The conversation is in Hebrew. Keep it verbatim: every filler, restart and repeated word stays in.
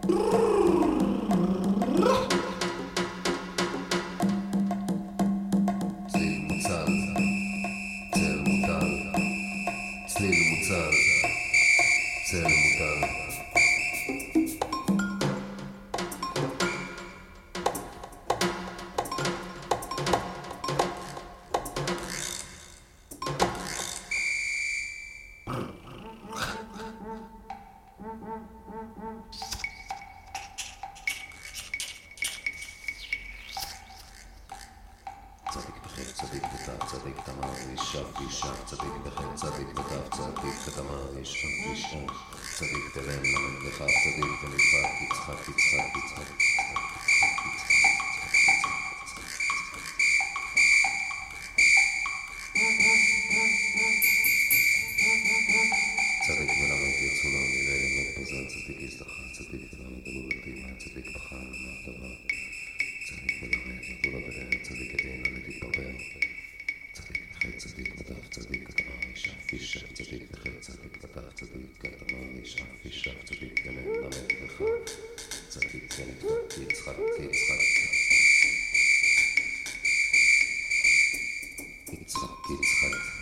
צליל מוצל, צל מוטל, צליל מוצל, צל מוטל. צדיק בחטא, צדיק בתו, צדיק תמר, אישה ואישה, צדיק בחטא, צדיק בתו, צדיק בתמר, אישה ואישה, צדיק תלם, למד לך, צדיק תליפת, יצחק, יצחק, יצחק, צדיק מלמד יצאו לו מילי אמת פוזר, צדיק יזדחה, צדיק מלמד עלו לתימה, צדיק בחר למד דבר, צדיק מלמד ידעו לו בדרך, צדיק עדין עלי תתברר, צדיק בחטא, צדיק בתו, צדיק תמר, אישה ואישה, צדיק בחטא, צדיק בתו, צדיק תמר, אישה ואישה, צדיק תלם, למד לך, צדיק תליפת, יצחק, יצחק, יצחק, יצחק.